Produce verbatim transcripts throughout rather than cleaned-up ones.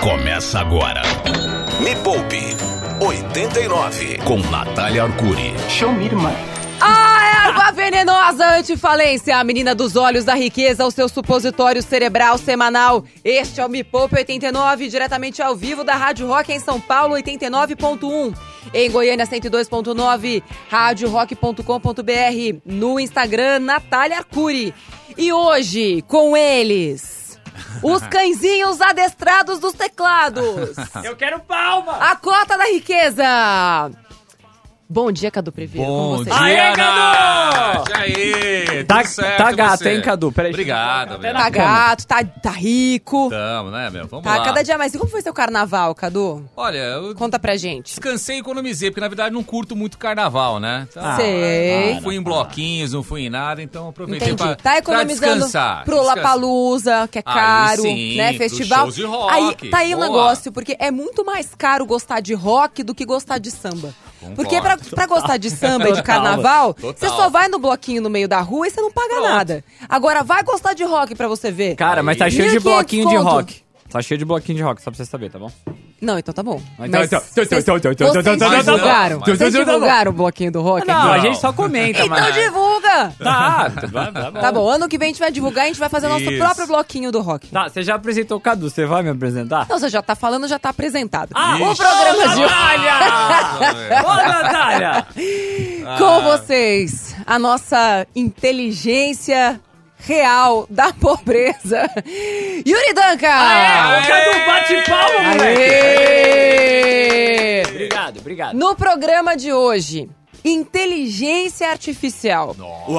Começa agora. Me Poupe oitenta e nove com Natália Arcuri. Show me, irmã. A erva venenosa antifalência, a menina dos olhos da riqueza, o seu supositório cerebral semanal. Este é o Me Poupe oitenta e nove, diretamente ao vivo da Rádio Rock em São Paulo, oitenta e nove ponto um. Em Goiânia, cento e dois ponto nove, rádio rock ponto com ponto b r. No Instagram, Natália Arcuri. E hoje, com eles, os cãezinhos adestrados dos teclados. Eu quero palma! A cota da riqueza. Bom dia, Cadu Previeiro. Bom com dia, vocês. Aê, Cadu! Aê, Tá, tudo certo, tá e gato, você? hein, Cadu? Peraí. Obrigado, meu. Tá gato, tá, tá rico. Tamo, né, meu? Vamos Tá lá. cada dia mais. E como foi seu carnaval, Cadu? Olha, eu Conta pra gente. descansei e economizei, porque na verdade não curto muito carnaval, né? Então, Ah, Sei. Não fui em bloquinhos, não fui em nada, então aproveitei Entendi. pra, Tá economizando pra descansar. pro Descansar. Lollapalooza, que é Aí caro, sim, né? pros Festival. shows de rock. Aí tá aí o Boa. negócio, porque é muito mais caro gostar de rock do que gostar de samba. Concordo. Porque pra, pra gostar de samba e de carnaval, Total. você só vai no bloquinho no meio da rua e você não paga Pronto. nada. Agora vai gostar de rock pra você ver. Cara, mas tá Aí. cheio de mil e quinhentos bloquinho de conto. rock. Tá cheio de bloquinho de rock, só pra você saber, tá bom? Não, então tá bom. Então, Mas então, vocês então, então, então, então, vocês então, então, divulgaram? então, Vocês então, divulgaram o bloquinho do rock? Não, aqui? a gente só comenta, Então mas... divulga! Tá, tá, tá bom. Tá bom, ano que vem a gente vai divulgar e a gente vai fazer nosso Isso. próprio bloquinho do rock. Tá, você já apresentou o Cadu, você vai me apresentar? Então você já tá falando, já tá apresentado. Ah, o Ixi. programa de hoje. Natália! Ô, Natália! Com vocês, a nossa inteligência real da pobreza. Yuri Danca! Aê, o Cadu bate palma, moleque! Aê! Obrigado, obrigado. No programa de hoje, inteligência artificial.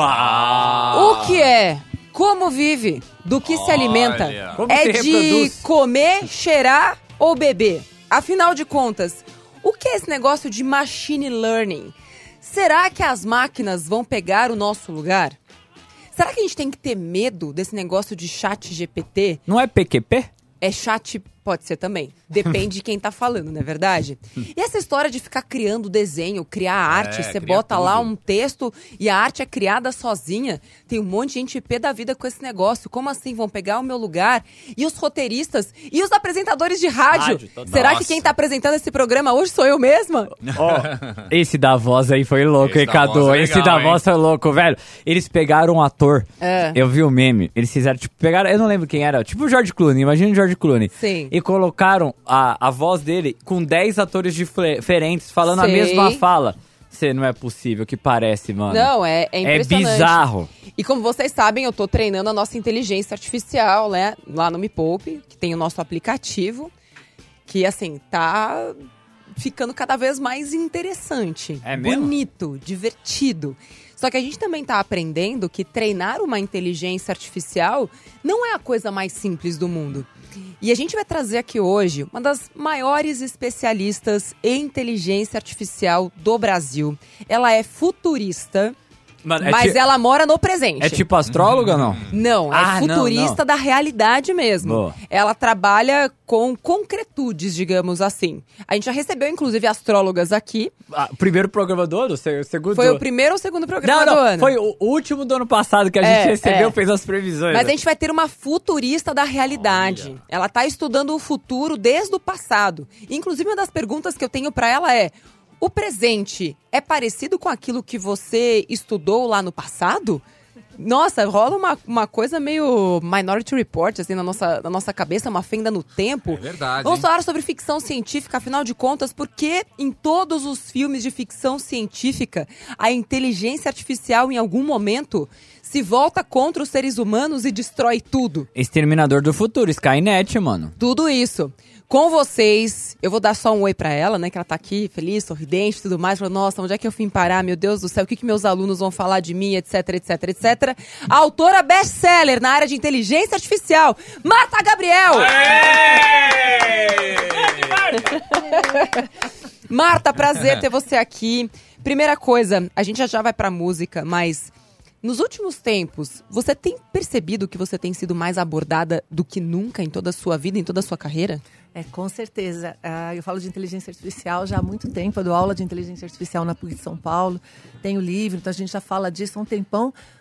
Uau! O que é? Como vive? Do que se alimenta? Como É se de reproduz? comer, cheirar ou beber? Afinal de contas, o que é esse negócio de machine learning? Será que as máquinas vão pegar o nosso lugar? Será que a gente tem que ter medo desse negócio de chat G P T? Não é P Q P? É chat, pode ser também. Depende de quem tá falando, não é verdade? E essa história de ficar criando desenho, criar arte, você cria bota lá tudo. um texto e a arte é criada sozinha. Tem um monte de gente pé da vida com esse negócio. Como assim? Vão pegar o meu lugar? E os roteiristas? E os apresentadores de rádio? Rádio, total. Será que Nossa. quem tá apresentando esse programa hoje sou eu mesma? Ó, esse da voz aí foi louco, Esse hein, da Cadu? voz é Esse legal, da voz foi louco, velho. Eles pegaram um ator. É. Eu vi o meme. Eles fizeram, tipo, pegaram. Eu não lembro quem era. Tipo o George Clooney. Imagina o George Clooney. Sim. E colocaram a, a voz dele com dez atores difle- diferentes falando a Sei. mesma fala. Você não é possível, que parece, mano. Não, é, é É impressionante. bizarro. E como vocês sabem, eu tô treinando a nossa inteligência artificial, né? Lá no Me Poupe, que tem o nosso aplicativo, que, assim, tá ficando cada vez mais interessante. É mesmo? Bonito, divertido. Só que a gente também tá aprendendo que treinar uma inteligência artificial não é a coisa mais simples do mundo. E a gente vai trazer aqui hoje uma das maiores especialistas em inteligência artificial do Brasil. Ela é futurista, Mano, é mas ti- ela mora no presente. É tipo astróloga ou não? Não, é Ah, não, futurista não. da realidade mesmo. Boa. Ela trabalha com concretudes, digamos assim. A gente já recebeu, inclusive, astrólogas aqui. Ah, primeiro programa do ano? O se- o segundo? Foi o primeiro ou segundo programa Não, do não. ano? Foi o último do ano passado que a gente É, recebeu, é. fez as previsões. Mas a gente vai ter uma futurista da realidade. Ela está estudando o futuro desde o passado. Inclusive, uma das perguntas que eu tenho para ela é: o presente é parecido com aquilo que você estudou lá no passado? Nossa, rola uma, uma coisa meio Minority Report, assim, na nossa, na nossa cabeça, uma fenda no tempo. É verdade, Vamos hein? falar sobre ficção científica, afinal de contas, porque em todos os filmes de ficção científica, a inteligência artificial, em algum momento, se volta contra os seres humanos e destrói tudo. Exterminador do Futuro, Skynet, mano. Tudo isso. Com vocês, eu vou dar só um oi pra ela, né? Que ela tá aqui, feliz, sorridente e tudo mais. Falou, nossa, onde é que eu fui parar? Meu Deus do céu, o que, que meus alunos vão falar de mim, etc, etc, etcétera. A autora best-seller na área de inteligência artificial, Marta Gabriel! Marta, prazer ter você aqui. Primeira coisa, a gente já já vai pra música, mas nos últimos tempos, você tem percebido que você tem sido mais abordada do que nunca em toda a sua vida, em toda a sua carreira? É, com certeza. Uh, eu falo de inteligência artificial já há muito tempo. Eu dou aula de inteligência artificial na P U C de São Paulo. Tenho livro, então a gente já fala disso há um tempão.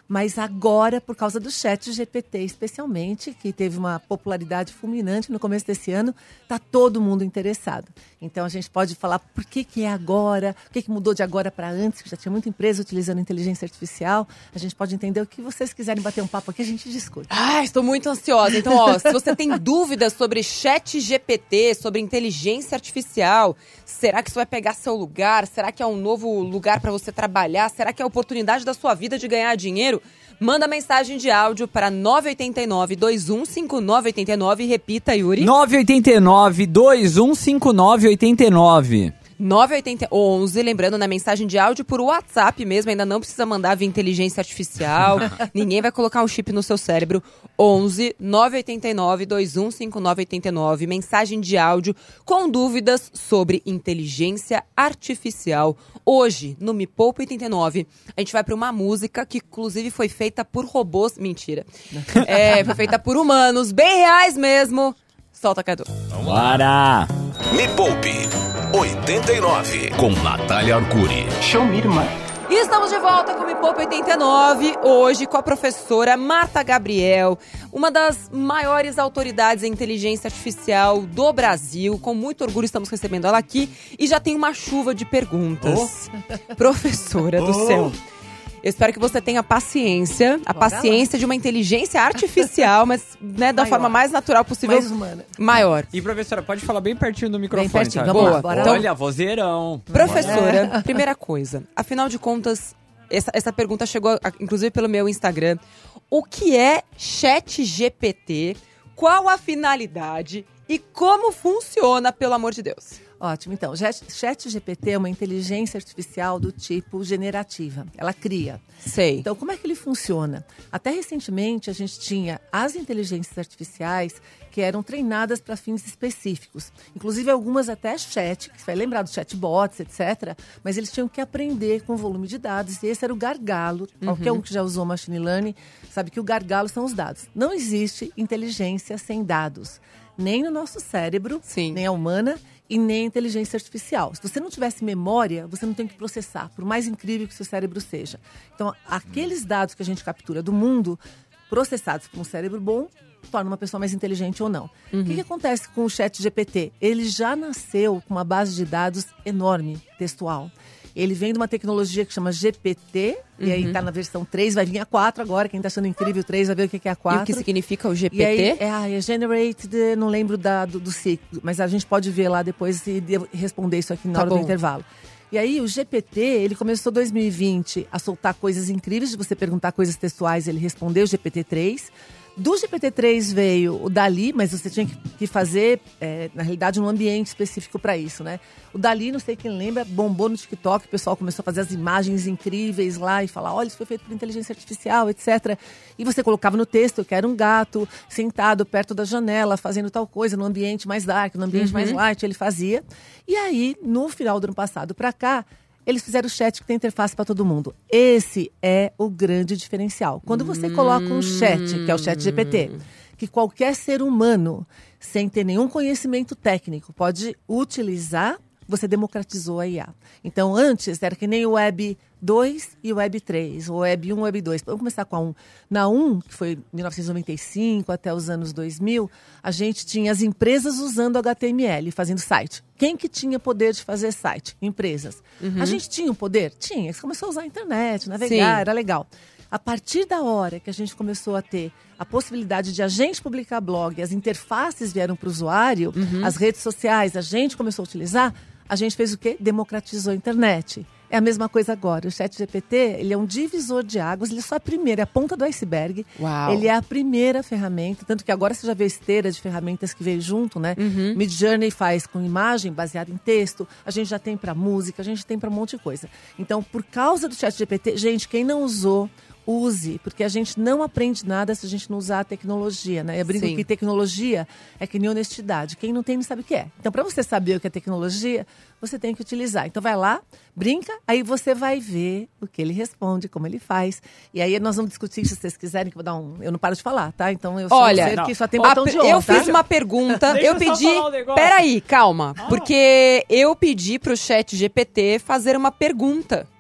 Mas agora, por causa do chat G P T especialmente, que teve uma popularidade fulminante no começo desse ano, está todo mundo interessado. Então a gente pode falar por que, que é agora, o que, que mudou de agora para antes, que já tinha muita empresa utilizando inteligência artificial. A gente pode entender o que vocês quiserem bater um papo aqui, a gente discute. Ah, estou muito ansiosa. Então, ó, se você tem dúvidas sobre chat G P T, sobre inteligência artificial, será que isso vai pegar seu lugar? Será que é um novo lugar para você trabalhar? Será que é a oportunidade da sua vida de ganhar dinheiro? Manda mensagem de áudio para nove oito nove, dois um cinco nove oito nove. Repita, Yuri. nove oito nove, dois um cinco nove oito nove. nove oito um um, lembrando, na mensagem de áudio por WhatsApp mesmo, ainda não precisa mandar via inteligência artificial, ninguém vai colocar um chip no seu cérebro. onze, nove oito nove, dois um cinco nove oito nove, mensagem de áudio com dúvidas sobre inteligência artificial. Hoje, no Me Poupa oitenta e nove, a gente vai para uma música que inclusive foi feita por robôs, mentira, é, foi feita por humanos, bem reais mesmo. Solta, Cadu. Bora! Me Poupe oitenta e nove com Natália Arcuri. Show me, irmã. E estamos de volta com o Me Poupa oitenta e nove, hoje com a professora Marta Gabriel, uma das maiores autoridades em inteligência artificial do Brasil. Com muito orgulho estamos recebendo ela aqui e já tem uma chuva de perguntas. Oh. Professora do oh. céu. Eu espero que você tenha paciência, a Bora paciência lá. de uma inteligência artificial, mas né, da Maior. forma mais natural possível. Mais humana. Maior. E professora, pode falar bem pertinho do microfone, bem pertinho. tá? Vamos Boa. lá, bora Então, lá. olha, vozeirão. Professora, é. primeira coisa, afinal de contas, essa, essa pergunta chegou, a, inclusive, pelo meu Instagram. O que é chat G P T? Qual a finalidade? E como funciona, pelo amor de Deus? Ótimo, então, chat G P T é uma inteligência artificial do tipo generativa, ela cria. Sei. Então, como é que ele funciona? Até recentemente, a gente tinha as inteligências artificiais que eram treinadas para fins específicos. Inclusive, algumas até chat, que você vai lembrar dos chatbots, etcétera. Mas eles tinham que aprender com o volume de dados, e esse era o gargalo. Uhum. Qualquer um que já usou machine learning sabe que o gargalo são os dados. Não existe inteligência sem dados. Nem no nosso cérebro, Sim. nem a humana, e nem a inteligência artificial. Se você não tivesse memória, você não tem que processar, por mais incrível que seu cérebro seja. Então, aqueles dados que a gente captura do mundo, processados por um cérebro bom, torna uma pessoa mais inteligente ou não. Uhum. O que, que acontece com o chat G P T? Ele já nasceu com uma base de dados enorme, textual. Ele vem de uma tecnologia que chama G P T, uhum. e aí tá na versão três, vai vir a quatro agora. Quem tá achando incrível o três vai ver o que é a quatro. E o que significa o G P T? E aí, é, é Generated, não lembro da, do, do ciclo, mas a gente pode ver lá depois e responder isso aqui na tá hora bom. do intervalo. E aí o G P T, ele começou em dois mil e vinte a soltar coisas incríveis, de você perguntar coisas textuais, ele respondeu o G P T três. Do G P T três veio o Dali, mas você tinha que fazer, é, na realidade, um ambiente específico para isso, né? O Dali, não sei quem lembra, bombou no TikTok, o pessoal começou a fazer as imagens incríveis lá e falar, olha, isso foi feito por inteligência artificial, etcétera. E você colocava no texto, eu quero um gato sentado perto da janela, fazendo tal coisa, no ambiente mais dark, no ambiente uhum. mais light, ele fazia. E aí, no final do ano passado para cá, eles fizeram o chat que tem interface para todo mundo. Esse é o grande diferencial. Quando você coloca um chat, que é o chat G P T, que qualquer ser humano, sem ter nenhum conhecimento técnico, pode utilizar, você democratizou a I A. Então, antes, era que nem o Web dois e o Web três, o Web um e o Web dois. Vamos começar com a um. Na um, que foi mil novecentos e noventa e cinco até os anos dois mil, a gente tinha as empresas usando H T M L, fazendo site. Quem que tinha poder de fazer site? Empresas. Uhum. A gente tinha o poder? Tinha. Você começou a usar a internet, navegar, Sim. era legal. A partir da hora que a gente começou a ter a possibilidade de a gente publicar blog, as interfaces vieram para o usuário, uhum. as redes sociais, a gente começou a utilizar, a gente fez o quê? Democratizou a internet. É a mesma coisa agora. O chat G P T, ele é um divisor de águas, ele é só a primeira, é a ponta do iceberg. Uau. Ele é a primeira ferramenta, tanto que agora você já vê a esteira de ferramentas que veio junto, né? Uhum. Midjourney faz com imagem baseada em texto, a gente já tem para música, a gente tem para um monte de coisa. Então, por causa do chat G P T, gente, quem não usou, use, porque a gente não aprende nada se a gente não usar a tecnologia, né? Eu brinco Sim. que tecnologia é que nem honestidade. Quem não tem, não sabe o que é. Então, para você saber o que é tecnologia, você tem que utilizar. Então, vai lá, brinca, aí você vai ver o que ele responde, como ele faz. E aí nós vamos discutir, se vocês quiserem, que eu vou dar um... Eu não paro de falar, tá? Então, eu sou Olha, um ser não. que só tem botão a, de on, Eu tá? fiz uma pergunta, Deixa eu eu pedi... só falar um negócio. Peraí, calma. Porque eu pedi pro chat G P T fazer uma pergunta.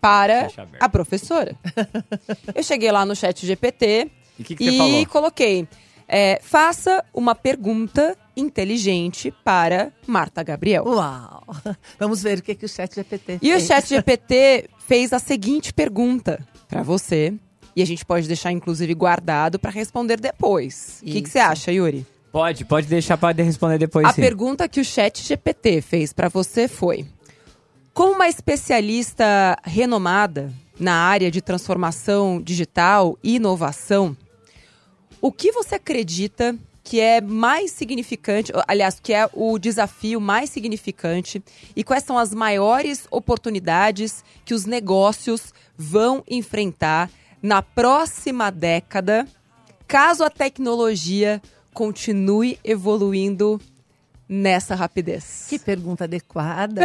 para Fecha aberto. a professora. Eu cheguei lá no chat G P T E o que, que e você falou? coloquei, é, faça uma pergunta inteligente para Marta Gabriel. Uau! Vamos ver o que, que o chat G P T E o fez. chat G P T fez a seguinte pergunta para você. E a gente pode deixar, inclusive, guardado para responder depois. O que, que Isso. você acha, Yuri? Pode, pode deixar pra responder depois, A sim. pergunta que o chat G P T fez para você foi: como uma especialista renomada na área de transformação digital e inovação, o que você acredita que é mais significante, aliás, que é o desafio mais significante e quais são as maiores oportunidades que os negócios vão enfrentar na próxima década, caso a tecnologia continue evoluindo nessa rapidez? Que pergunta adequada.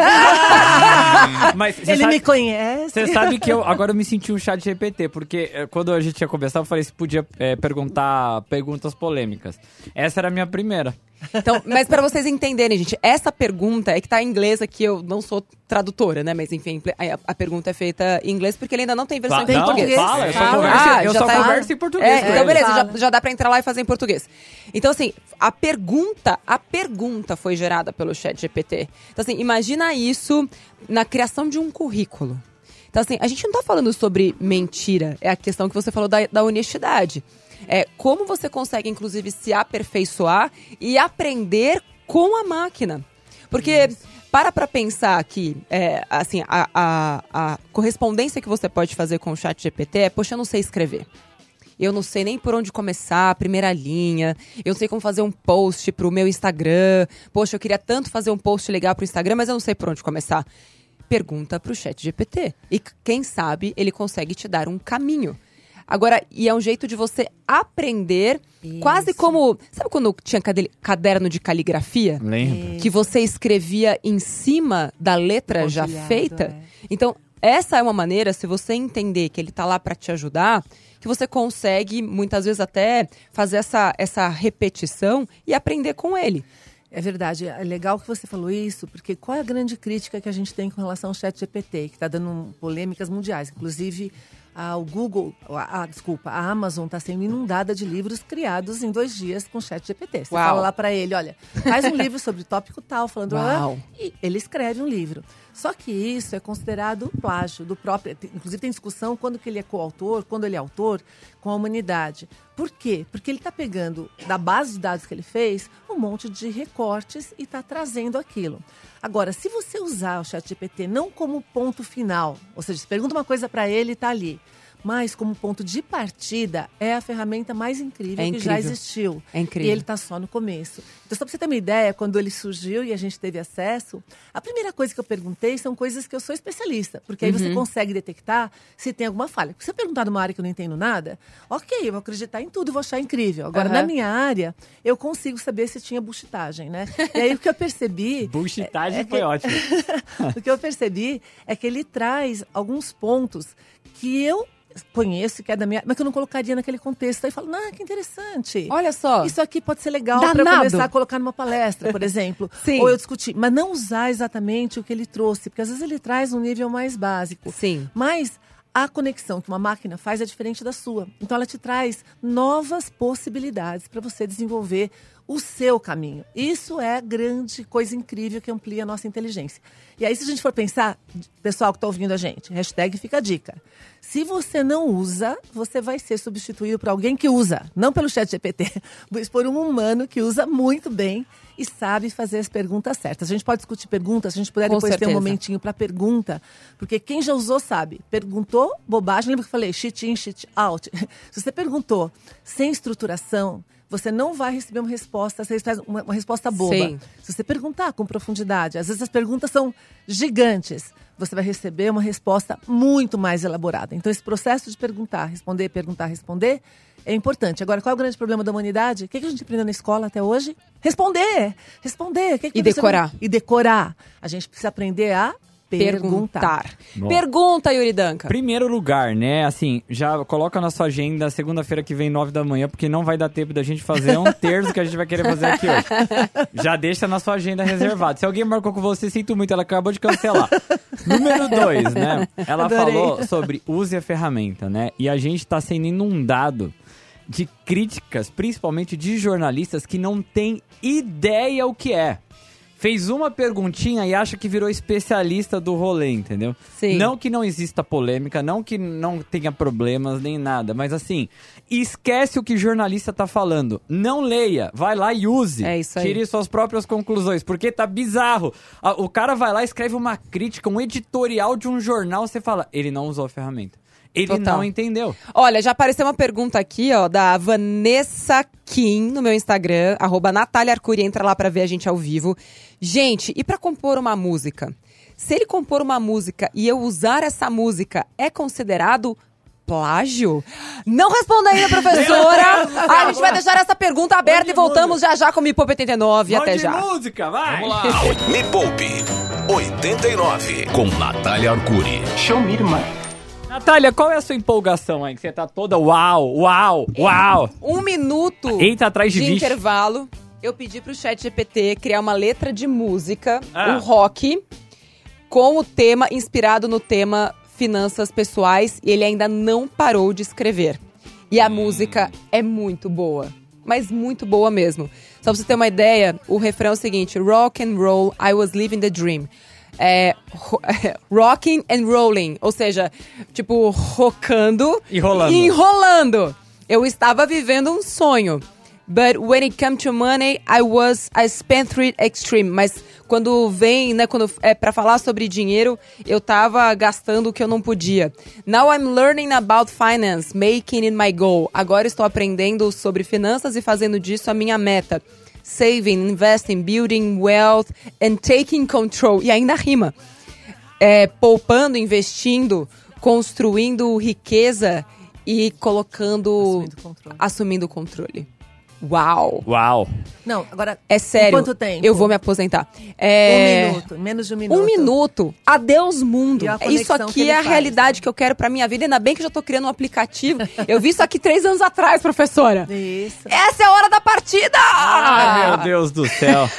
Mas você Ele sabe, me conhece. Você sabe que eu agora eu me senti um chat G P T, porque eh, quando a gente ia conversar, eu falei se podia eh, perguntar perguntas polêmicas. Essa era a minha primeira. Então, mas para vocês entenderem, gente, essa pergunta é que tá em inglês aqui, eu não sou tradutora, né? Mas enfim, a, a pergunta é feita em inglês porque ele ainda não tem versão Fa- em não, português. fala, eu só Fala. converso, Ah, eu já só tá em- converso em português. É, com então eles. beleza, já, Fala. já dá pra entrar lá e fazer em português. Então assim, a pergunta, a pergunta foi gerada pelo chat G P T. Então assim, imagina isso na criação de um currículo. Então assim, a gente não tá falando sobre mentira, é a questão que você falou da, da honestidade. É como você consegue, inclusive, se aperfeiçoar e aprender com a máquina. Porque, para pra pensar que, é, assim, a, a, a correspondência que você pode fazer com o chat G P T é, poxa, eu não sei escrever. Eu não sei nem por onde começar, a primeira linha. Eu não sei como fazer um post pro meu Instagram. Poxa, eu queria tanto fazer um post legal pro Instagram, mas eu não sei por onde começar. Pergunta pro chat G P T. E quem sabe ele consegue te dar um caminho. Agora, e é um jeito de você aprender, Isso. quase como... Sabe quando tinha cade- caderno de caligrafia? Lembra? Que você escrevia em cima da letra já Pontilhado, feita? é. Então, essa é uma maneira, se você entender que ele tá lá para te ajudar, que você consegue, muitas vezes, até fazer essa, essa repetição e aprender com ele. É verdade, é legal que você falou isso, porque qual é a grande crítica que a gente tem com relação ao chat G P T, que está dando polêmicas mundiais, inclusive... Ah, o Google, a, a, desculpa, a Amazon está sendo inundada de livros criados em dois dias com o chat G P T. Você Uau. fala lá para ele, olha, faz um livro sobre o tópico tal, falando... Uau. Ah, e ele escreve um livro. Só que isso é considerado plágio do próprio... tem- Inclusive tem discussão quando que ele é coautor, quando ele é autor, com a humanidade. Por quê? Porque ele está pegando, da base de dados que ele fez, um monte de recortes e está trazendo aquilo. Agora, se você usar o chat G P T não como ponto final, ou seja, você pergunta uma coisa para ele e está ali, mas como ponto de partida, é a ferramenta mais incrível, É que já incrível. existiu. É incrível. E ele está só no começo. Então, só para você ter uma ideia, quando ele surgiu e a gente teve acesso, a primeira coisa que eu perguntei são coisas que eu sou especialista, porque aí Uhum. você consegue detectar se tem alguma falha. Se eu perguntar numa área que eu não entendo nada, ok, eu vou acreditar em tudo e vou achar incrível. Agora, Aham. na minha área, eu consigo saber se tinha buchitagem, né? E aí o que eu percebi... Bullshitagem é que- foi ótimo. o que eu percebi é que ele traz alguns pontos que eu conheço, que é da minha, mas que eu não colocaria naquele contexto. Aí eu falo, ah, que interessante. Olha só. Isso aqui pode ser legal para eu Danado. começar a colocar numa palestra, por exemplo. Sim. Ou eu discutir. Mas não usar exatamente o que ele trouxe, porque às vezes ele traz um nível mais básico. Sim. Mas a conexão que uma máquina faz é diferente da sua. Então ela te traz novas possibilidades para você desenvolver o seu caminho. Isso é a grande coisa incrível que amplia a nossa inteligência. E aí, se a gente for pensar, pessoal que está ouvindo a gente, hashtag fica a dica. Se você não usa, você vai ser substituído por alguém que usa, não pelo chat G P T, mas por um humano que usa muito bem e sabe fazer as perguntas certas. A gente pode discutir perguntas, se a gente puder Com depois ter um certeza. momentinho para pergunta, porque quem já usou sabe. Perguntou, bobagem, lembra que eu falei, cheat in, cheat out. Se você perguntou sem estruturação, você não vai receber uma resposta, você recebe uma, uma resposta boba. Sim. Se você perguntar com profundidade, às vezes as perguntas são gigantes, você vai receber uma resposta muito mais elaborada. Então, esse processo de perguntar, responder, perguntar, responder, é importante. Agora, qual é o grande problema da humanidade? O que a gente aprendeu na escola até hoje? Responder! Responder! O que que E você- decorar. E decorar. A gente precisa aprender a perguntar. Perguntar. Bom. Pergunta, Yuri Danca. Primeiro lugar, né, assim, já coloca na sua agenda segunda-feira que vem, nove da manhã, porque não vai dar tempo da gente fazer um terço que a gente vai querer fazer aqui hoje. Já deixa na sua agenda reservado. Se alguém marcou com você, sinto muito, ela acabou de cancelar. Número dois, né? Ela Adorei. falou sobre use a ferramenta, né? E a gente tá sendo inundado de críticas, principalmente de jornalistas que não têm ideia o que é. Fez uma perguntinha e acha que virou especialista do rolê, entendeu? Sim. Não que não exista polêmica, não que não tenha problemas nem nada, mas assim, esquece o que jornalista tá falando. Não leia, vai lá e use. É isso aí. Tire suas próprias conclusões, porque tá bizarro. A- O cara vai lá e escreve uma crítica, um editorial de um jornal, você fala, ele não usou a ferramenta. Ele Total. não entendeu. Olha, já apareceu uma pergunta aqui, ó, da Vanessa Kim no meu Instagram, arroba Natália Arcuri, entra lá pra ver a gente ao vivo. Gente, e pra compor uma música? Se ele compor uma música e eu usar essa música, é considerado plágio? Não responda ainda, professora! a gente vai deixar essa pergunta aberta e voltamos já já com o Me Poupe oitenta e nove. Até Mande já. música, vai! Vamos lá. Me Poupe oitenta e nove com Natália Arcuri. Natália, qual é a sua empolgação aí? Que você tá toda uau, uau, uau. Um minuto Eita, atrás de de bicho. intervalo. Eu pedi pro chat G P T criar uma letra de música, Ah. um rock, com o tema inspirado no tema finanças pessoais, e ele ainda não parou de escrever. E a música é muito boa, mas muito boa mesmo. Só pra você ter uma ideia, o refrão é o seguinte: rock and roll, I was living the dream. É, ro- rocking and rolling, ou seja, tipo, rocando E rolando. e enrolando. Eu estava vivendo um sonho. But when it came to money, I was a spendthrift extreme. Mas quando vem, né, quando é pra falar sobre dinheiro, eu tava gastando o que eu não podia. Now I'm learning about finance, making it my goal. Agora estou aprendendo sobre finanças e fazendo disso a minha meta. Saving, investing, building wealth and taking control. E ainda rima. É, poupando, investindo, construindo riqueza e colocando... Assumindo controle. Assumindo o controle. Uau! Uau. Não, agora. É sério. Quanto tempo? Eu vou me aposentar. É... Um minuto, menos de um minuto. Um minuto. Adeus, mundo. E a Isso conexão que aqui ele é a faz, realidade né? que eu quero pra minha vida. Ainda bem que eu já tô criando um aplicativo. Eu vi isso aqui três anos atrás, professora. Isso. Essa é a hora da partida! Ai, meu Deus do céu.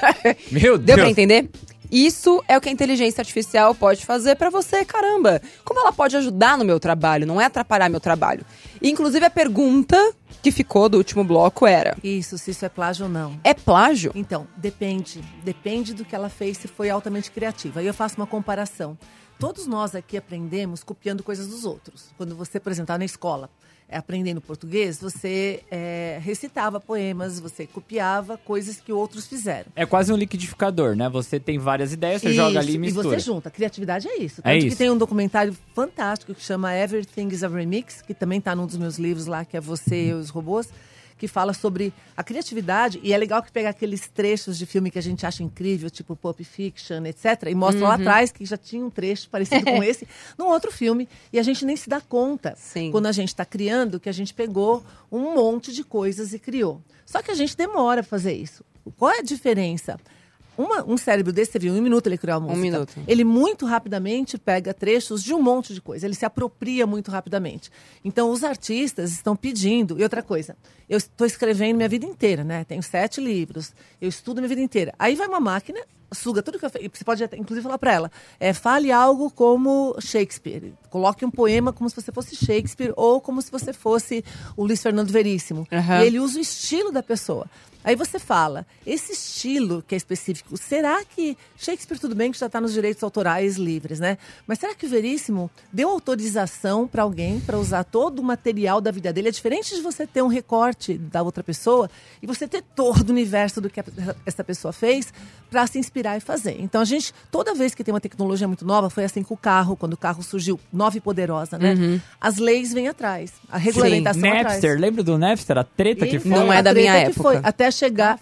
Meu Deus. Deu pra entender? Isso é o que a inteligência artificial pode fazer pra você, caramba. Como ela pode ajudar no meu trabalho, não é atrapalhar meu trabalho. Inclusive, a pergunta que ficou do último bloco era: Isso, se isso é plágio ou não. é plágio? Então, depende. Depende do que ela fez, se foi altamente criativa. Aí eu faço uma comparação. Todos nós aqui aprendemos copiando coisas dos outros. Quando você, por exemplo, está na escola, é, aprendendo português, você é, recitava poemas, você copiava coisas que outros fizeram. É quase um liquidificador, né? Você tem várias ideias, você Isso, joga ali e e mistura. você junta. Criatividade é isso. É Tanto que isso. tem um documentário fantástico que chama Everything is a Remix, que também está num dos meus livros lá, que é Você e os Robôs, que fala sobre a criatividade. E é legal que pega aqueles trechos de filme que a gente acha incrível, tipo Pulp Fiction, etcétera. E mostra lá atrás que já tinha um trecho parecido com esse num outro filme. E a gente nem se dá conta, Sim. quando a gente está criando, que a gente pegou um monte de coisas e criou. Só que a gente demora a fazer isso. Qual é a diferença? Uma- um cérebro desse, você viu, em um minuto ele criou a música. minuto. Ele muito rapidamente pega trechos de um monte de coisa. Ele se apropria muito rapidamente. Então, os artistas estão pedindo. E outra coisa, eu estou escrevendo minha vida inteira, né? Tenho sete livros. Eu estudo minha vida inteira. Aí vai uma máquina, suga tudo que eu fiz. Você pode, até, inclusive, falar para ela. É, fale algo como Shakespeare. Coloque um poema como se você fosse Shakespeare ou como se você fosse o Luiz Fernando Veríssimo. Aham. E ele usa o estilo da pessoa. Aí você fala, esse estilo que é específico, será que Shakespeare, tudo bem que já está nos direitos autorais livres, né? Mas será que o Veríssimo deu autorização para alguém para usar todo o material da vida dele? É diferente de você ter um recorte da outra pessoa e você ter todo o universo do que a- essa pessoa fez para se inspirar e fazer. Então a gente, toda vez que tem uma tecnologia muito nova, foi assim com o carro, quando o carro surgiu, nova e poderosa, né? As leis vêm atrás, a regulamentação atrás. Napster, lembra do Napster? A treta que E foi? Não é a da minha treta que época. foi, até chegar,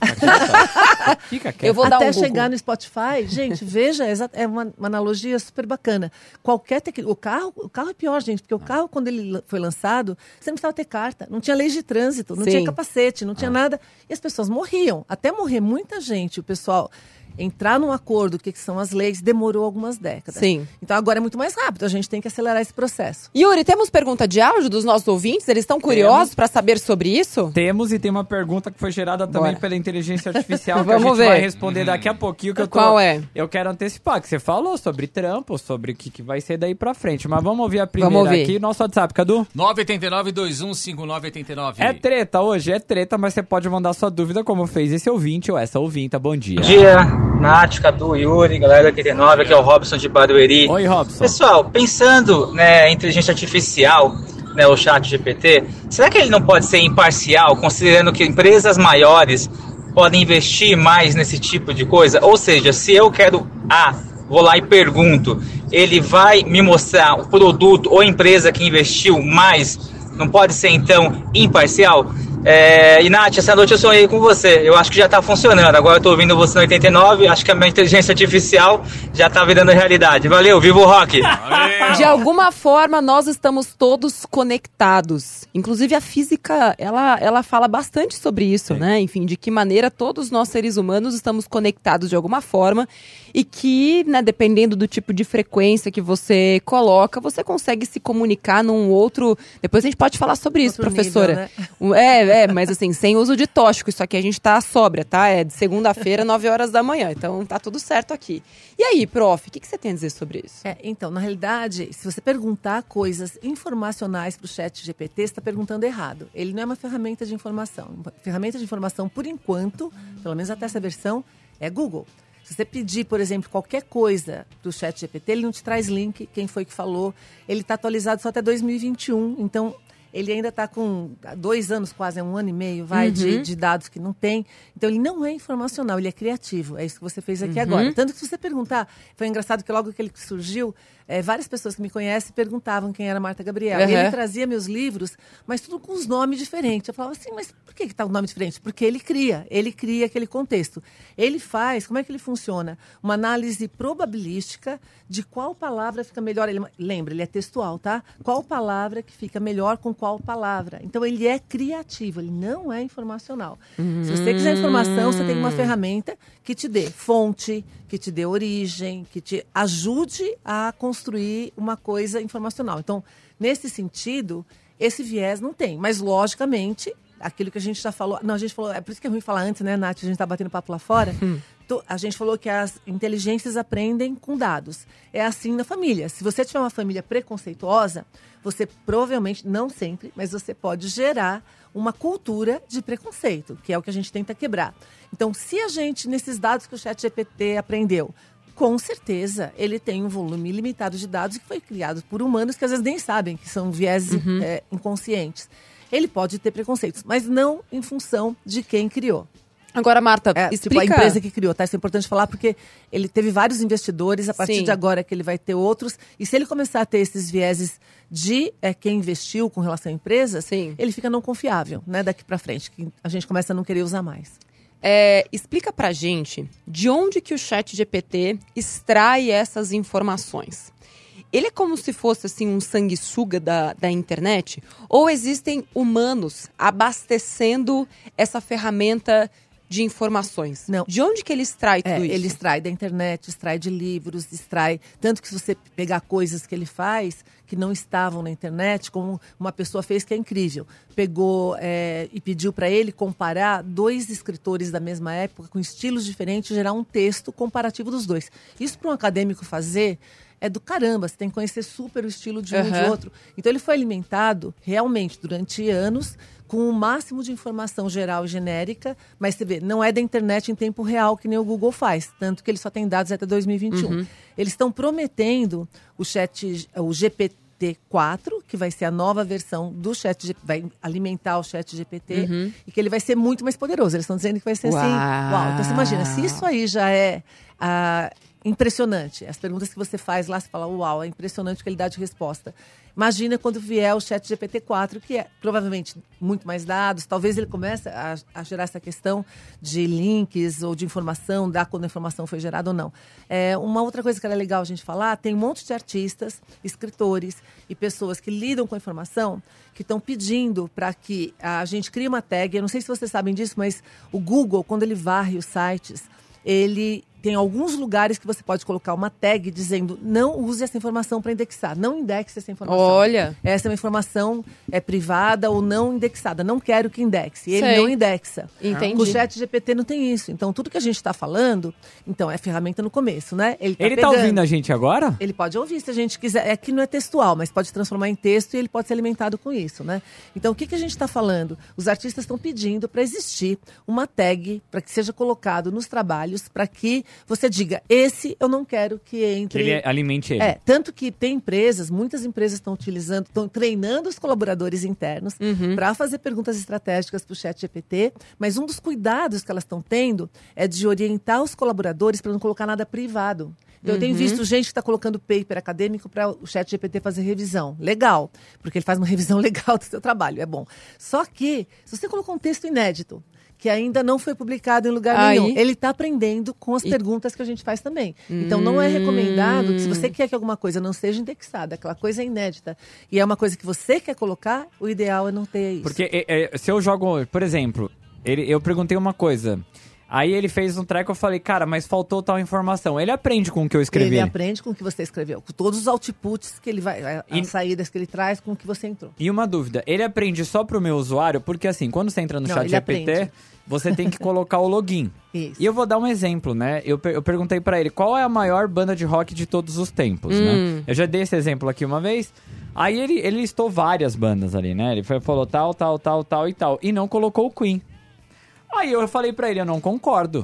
Fica quieto. Eu vou dar até um Google. chegar no Spotify, gente, veja, é exa- é uma, uma analogia super bacana. Qualquer tec... o carro, o carro é pior, gente, porque o carro quando ele la- foi lançado, você não precisava ter carta, não tinha lei de trânsito, não Sim. tinha capacete, não tinha nada, e as pessoas morriam, até morrer muita gente, o pessoal entrar num acordo, o que, que são as leis, demorou algumas décadas. Sim. Então agora é muito mais rápido, a gente tem que acelerar esse processo. Yuri, temos pergunta de áudio dos nossos ouvintes? Eles estão curiosos para saber sobre isso? Temos, e tem uma pergunta que foi gerada também Bora. pela inteligência artificial que Vamos a gente ver. vai responder daqui a pouquinho. Que eu tô, Qual é? Eu quero antecipar, que você falou sobre trampo, sobre o que, que vai ser daí pra frente. Mas vamos ouvir a primeira Vamos ouvir. aqui. Nosso WhatsApp, Cadu? nove oito nove, dois um cinco nove oito nove. É treta hoje? É treta, mas você pode mandar sua dúvida como fez esse ouvinte ou essa ouvinta. Bom dia. Bom dia, Nath, Cadu, Yuri, galera da oitenta e nove, aqui é o Robson de Barueri. Oi, Robson. Pessoal, pensando né, em inteligência artificial, né, o chat G P T, será que ele não pode ser imparcial, considerando que empresas maiores podem investir mais nesse tipo de coisa? Ou seja, se eu quero A, vou lá e pergunto, ele vai me mostrar o produto ou empresa que investiu mais, não pode ser então imparcial? É, e Nath, essa noite eu sonhei com você, eu acho que já está funcionando, agora eu tô ouvindo você no oitenta e nove, acho que a minha inteligência artificial já está virando realidade. Valeu, viva o rock! De alguma forma, nós estamos todos conectados. Inclusive, a física, ela, ela fala bastante sobre isso, Sim. né? Enfim, de que maneira todos nós, seres humanos, estamos conectados de alguma forma e que, né, dependendo do tipo de frequência que você coloca, você consegue se comunicar num outro... Depois a gente pode falar sobre isso, Outro professora. nível, É, é, mas assim, sem uso de tóxico. Isso aqui a gente tá sóbria, tá? É de segunda-feira, nove horas da manhã. Então tá tudo certo aqui. E aí, prof, o que, que você tem a dizer sobre isso? É, então, na realidade, se você perguntar coisas informacionais para o chat G P T, você está perguntando errado. Ele não é uma ferramenta de informação. Uma ferramenta de informação, por enquanto, pelo menos até essa versão, é Google. Se você pedir, por exemplo, qualquer coisa para o chat G P T, ele não te traz link, quem foi que falou. Ele está atualizado só até dois mil e vinte e um, então... Ele ainda está com dois anos, quase é um ano e meio, vai, Uhum. de, de dados que não tem. Então, ele não é informacional, ele é criativo. É isso que você fez aqui Uhum. agora. Tanto que se você perguntar, foi engraçado que logo que ele surgiu, é, várias pessoas que me conhecem perguntavam quem era Marta Gabriel. Uhum. E ele trazia meus livros, mas tudo com os nomes diferentes. Eu falava assim, mas por que está o nome diferente? Porque ele cria, ele cria aquele contexto. Ele faz, como é que ele funciona? Uma análise probabilística de qual palavra fica melhor. Ele, lembra, ele é textual, tá? Qual palavra que fica melhor com qual palavra. Então, ele é criativo, ele não é informacional. Uhum. Se você quiser informação, você tem uma ferramenta que te dê fonte, que te dê origem, que te ajude a construir uma coisa informacional. Então, nesse sentido, esse viés não tem. Mas, logicamente, aquilo que a gente já falou... Não, a gente falou... É por isso que é ruim falar antes, né, Nath? A gente tá batendo papo lá fora. A gente falou que as inteligências aprendem com dados. É assim na família. Se você tiver uma família preconceituosa, você provavelmente, não sempre, mas você pode gerar uma cultura de preconceito, que é o que a gente tenta quebrar. Então, se a gente, nesses dados que o chat G P T aprendeu, com certeza ele tem um volume ilimitado de dados que foi criado por humanos que às vezes nem sabem que são vieses uhum. é, inconscientes. Ele pode ter preconceitos, mas não em função de quem criou. Agora, Marta, é, explica... Tipo, a empresa que criou, tá? Isso é importante falar porque ele teve vários investidores, a partir Sim. de agora que ele vai ter outros. E se ele começar a ter esses vieses de é, quem investiu com relação à empresa, Sim. ele fica não confiável, né? Daqui pra frente, que a gente começa a não querer usar mais. É, explica pra gente de onde que o chat G P T extrai essas informações. Ele é como se fosse assim um sanguessuga da, da internet? Ou existem humanos abastecendo essa ferramenta de informações? Não. De onde que ele extrai tudo É, isso? ele extrai da internet, extrai de livros, extrai... Tanto que se você pegar coisas que ele faz que não estavam na internet, como uma pessoa fez que é incrível. Pegou é, e pediu para ele comparar dois escritores da mesma época com estilos diferentes, gerar um texto comparativo dos dois. Isso para um acadêmico fazer... é do caramba, você tem que conhecer super o estilo de um Uhum. e de outro. Então, ele foi alimentado realmente durante anos com o máximo de informação geral e genérica, mas você vê, não é da internet em tempo real que nem o Google faz, tanto que ele só tem dados até dois mil e vinte e um. Uhum. Eles estão prometendo o chat, o G P T quatro, que vai ser a nova versão do chat, vai alimentar o chat G P T, uhum. e que ele vai ser muito mais poderoso. Eles estão dizendo que vai ser uau. assim, uau. Então, você imagina, se isso aí já é... a impressionante. As perguntas que você faz lá, você fala, uau, é impressionante o que ele dá de resposta. Imagina quando vier o chat G P T quatro, que é provavelmente muito mais dados, talvez ele comece a, a gerar essa questão de links ou de informação, dar quando a informação foi gerada ou não. É, uma outra coisa que era legal a gente falar, tem um monte de artistas, escritores e pessoas que lidam com a informação, que estão pedindo para que a gente crie uma tag. Eu não sei se vocês sabem disso, mas o Google, quando ele varre os sites, ele tem alguns lugares que você pode colocar uma tag dizendo não use essa informação para indexar, não indexe essa informação. Olha. Essa é uma informação é privada ou não indexada, não quero que indexe. Ele Sei. não indexa. Entendi. O chat G P T não tem isso. Então, tudo que a gente está falando, então, é ferramenta no começo, né? Ele tá, Ele tá pegando. ouvindo a gente agora? Ele pode ouvir se a gente quiser. É que não é textual, mas pode transformar em texto e ele pode ser alimentado com isso, né? Então, o que, que a gente está falando? Os artistas estão pedindo para existir uma tag para que seja colocado nos trabalhos, para que você diga, esse eu não quero que entre... Que ele alimente ele. É, tanto que tem empresas, muitas empresas estão utilizando, estão treinando os colaboradores internos Uhum. para fazer perguntas estratégicas para o chat G P T, mas um dos cuidados que elas estão tendo é de orientar os colaboradores para não colocar nada privado. Então, eu tenho Uhum. visto gente que está colocando paper acadêmico para o chat G P T fazer revisão. Legal, porque ele faz uma revisão legal do seu trabalho, é bom. Só que, se você colocou um texto inédito, que ainda não foi publicado em lugar Aí. nenhum, ele está aprendendo com as E- perguntas que a gente faz também. Então, não é recomendado que se Hum. você quer que alguma coisa não seja indexada, aquela coisa é inédita, e é uma coisa que você quer colocar, o ideal é não ter isso. Porque é, é, se eu jogo, por exemplo, ele, eu perguntei uma coisa, aí ele fez um treco, eu falei, cara, mas faltou tal informação. Ele aprende com o que eu escrevi. Ele aprende com o que você escreveu, com todos os outputs que ele vai, a- E- as saídas que ele traz com o que você entrou. E uma dúvida, ele aprende só pro meu usuário? Porque assim, quando você entra no Não, chat ele G P T, aprende. você tem que colocar o login. Isso. E eu vou dar um exemplo, né? Eu, per- eu perguntei pra ele, qual é a maior banda de rock de todos os tempos, Hum. né? Eu já dei esse exemplo aqui uma vez. Aí ele, ele listou várias bandas ali, né? Ele foi, falou tal, tal, tal, tal e tal. E não colocou o Queen. Aí eu falei pra ele, eu não concordo.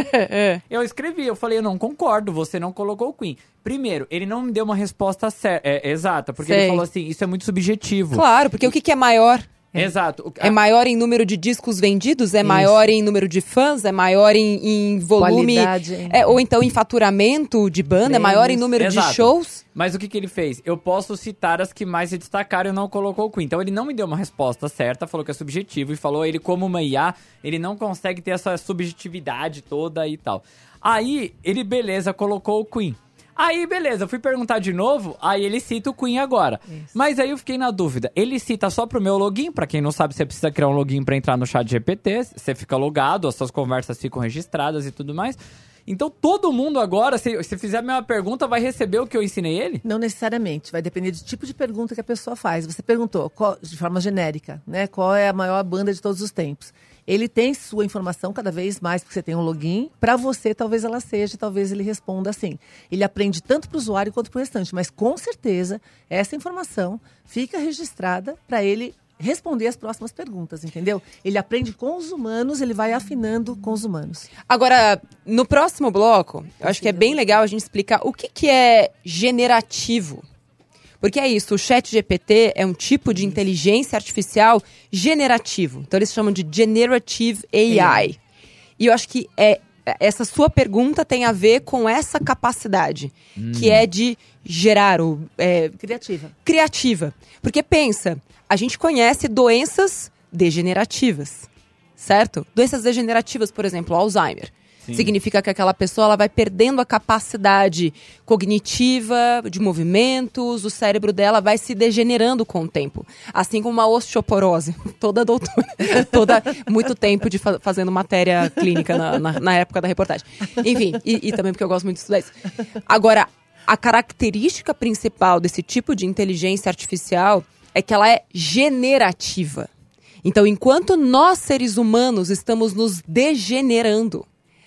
Eu escrevi, eu falei, eu não concordo, você não colocou o Queen. Primeiro, ele não me deu uma resposta cer- é, exata, porque Sei. ele falou assim, isso é muito subjetivo. Claro, porque o que, que é maior? Exato. O- É maior em número de discos vendidos? É Isso. maior em número de fãs? É maior em, em volume? Qualidade. É, ou então em faturamento de banda? É maior em Prêmios. número Exato. de shows? Mas o que, que ele fez? Eu posso citar as que mais se destacaram e não colocou o Queen. Então ele não me deu uma resposta certa, falou que é subjetivo e falou ele como uma I A, ele não consegue ter essa subjetividade toda e tal. Aí, ele, beleza, colocou o Queen. Aí, beleza, eu fui perguntar de novo, aí ele cita o Queen agora. Isso. Mas aí eu fiquei na dúvida, ele cita só pro meu login? Pra quem não sabe, você precisa criar um login pra entrar no chat G P T, você fica logado, as suas conversas ficam registradas e tudo mais. Então todo mundo agora, se, se fizer a mesma pergunta, vai receber o que eu ensinei ele? Não necessariamente, vai depender do tipo de pergunta que a pessoa faz. Você perguntou, qual- de forma genérica, né? Qual é a maior banda de todos os tempos? Ele tem sua informação cada vez mais, porque você tem um login. Para você, talvez ela seja, talvez ele responda assim. Ele aprende tanto para o usuário quanto para o restante, mas com certeza essa informação fica registrada para ele responder as próximas perguntas, entendeu? Ele aprende com os humanos, ele vai afinando com os humanos. Agora, no próximo bloco, eu acho que é bem legal a gente explicar o que, que é generativo. Porque é isso, o chat G P T é um tipo de inteligência artificial generativo. Então eles chamam de Generative A I. E eu acho que é, essa sua pergunta tem a ver com essa capacidade, que é de gerar, o, é, Criativa. criativa. Porque pensa, a gente conhece doenças degenerativas, certo? Doenças degenerativas, por exemplo, Alzheimer. Sim. Significa que aquela pessoa ela vai perdendo a capacidade cognitiva, de movimentos, o cérebro dela vai se degenerando com o tempo. Assim como uma osteoporose. Toda doutora, toda muito tempo de fa- fazendo matéria clínica na, na, na época da reportagem. Enfim, e, e também porque eu gosto muito de estudar isso. Agora, a característica principal desse tipo de inteligência artificial é que ela é generativa. Então, enquanto nós, seres humanos, estamos nos degenerando,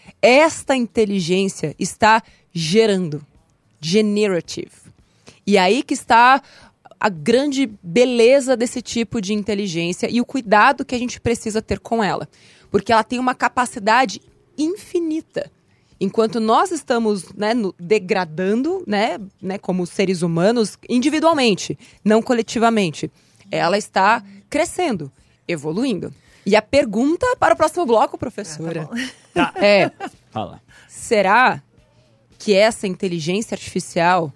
esta inteligência está gerando. Generative. E aí que está a grande beleza desse tipo de inteligência e o cuidado que a gente precisa ter com ela. Porque ela tem uma capacidade infinita. Enquanto nós estamos, né, no- degradando, né, né, como seres humanos, individualmente, não coletivamente, ela está crescendo, evoluindo. E a pergunta para o próximo bloco, professora, Tá. é: Fala. será que essa inteligência artificial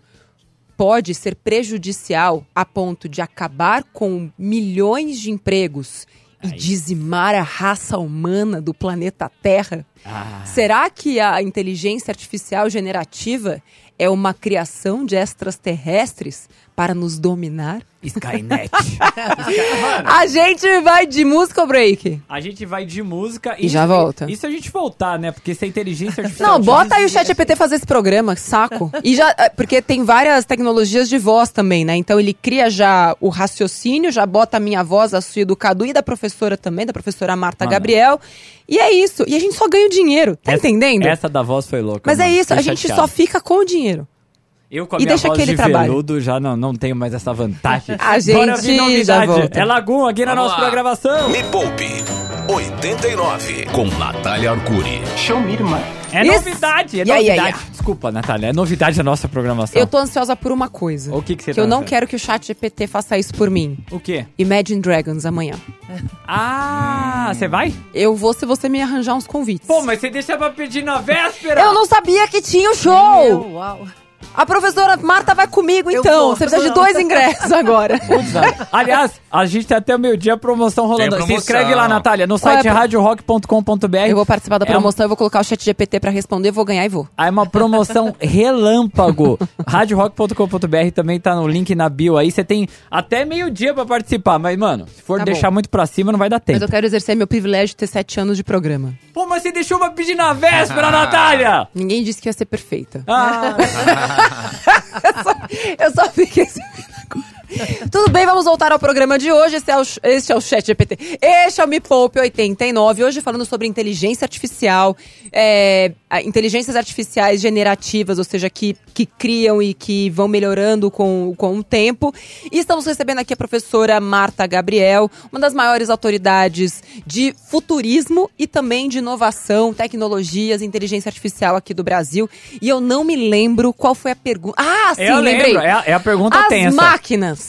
pode ser prejudicial a ponto de acabar com milhões de empregos e Ai. dizimar a raça humana do planeta Terra? Ah. Será que a inteligência artificial generativa é uma criação de extraterrestres para nos dominar? Skynet. A gente vai de música ou break? A gente vai de música E já volta. E se a gente voltar, né? Porque se a inteligência artificial... Não, bota aí o dizia- chat G P T fazer esse programa, saco. E já, porque tem várias tecnologias de voz também, né? Então ele cria já o raciocínio, já bota a minha voz, a sua, do Cadu e da professora também, da professora Marta Mano. Gabriel. E é isso. E a gente só ganha o dinheiro, tá Essa- entendendo? Essa da voz foi louca. Mas é mano. isso, a Fiquei gente chateado. só fica com o dinheiro. Eu com a E minha deixa voz que ele de trabalhe. veludo já não, não tenho mais essa vantagem. A gente Bora ouvir novidade. já volta. É Lagum aqui na Vamos nossa lá. programação. Me Poupe oitenta e nove com Natália Arcuri. É Isso. novidade, é E aí, novidade. aí, Desculpa, Natália, é novidade da nossa programação. Eu tô ansiosa por uma coisa. O que que você Que tá eu não ansiosa? quero que o chat G P T faça isso por mim. O quê? Imagine Dragons amanhã. Ah, você vai? Eu vou se você me arranjar uns convites. Pô, mas você deixa pra pedir na véspera? Eu não sabia que tinha o show! Meu, uau. A professora Marta vai comigo, Eu então. vou. Você precisa de dois ingressos agora. Aliás, a gente tem até o meio-dia promoção rolando. Tem promoção. Se inscreve lá, Natália, no Qual é site a pro- rádio rock ponto com ponto b r. Eu vou participar da É um- promoção, eu vou colocar o chat G P T pra responder, vou ganhar e vou. É uma promoção relâmpago. rádio rock ponto com ponto b r também tá no link na bio aí. Você tem até meio-dia pra participar. Mas, mano, se for Tá deixar bom. muito pra cima, não vai dar Mas tempo. eu quero exercer meu privilégio de ter sete anos de programa. Pô, mas você deixou pra pedir na véspera, Natália! Ninguém disse que ia ser perfeita. Ah, Eu só fiquei sabendo agora. Tudo bem, vamos voltar ao programa de hoje. Esse é o, esse é o Chat G P T. Este é o Me Poupe oitenta e nove. Hoje falando sobre inteligência artificial, é, a- inteligências artificiais generativas, ou seja, que, que criam e que vão melhorando com, com o tempo. E estamos recebendo aqui a professora Marta Gabriel, uma das maiores autoridades de futurismo e também de inovação, tecnologias, inteligência artificial aqui do Brasil. E eu não me lembro qual foi a pergunta. Ah, sim, eu lembrei. lembro. É a, é a pergunta As tensa. máquinas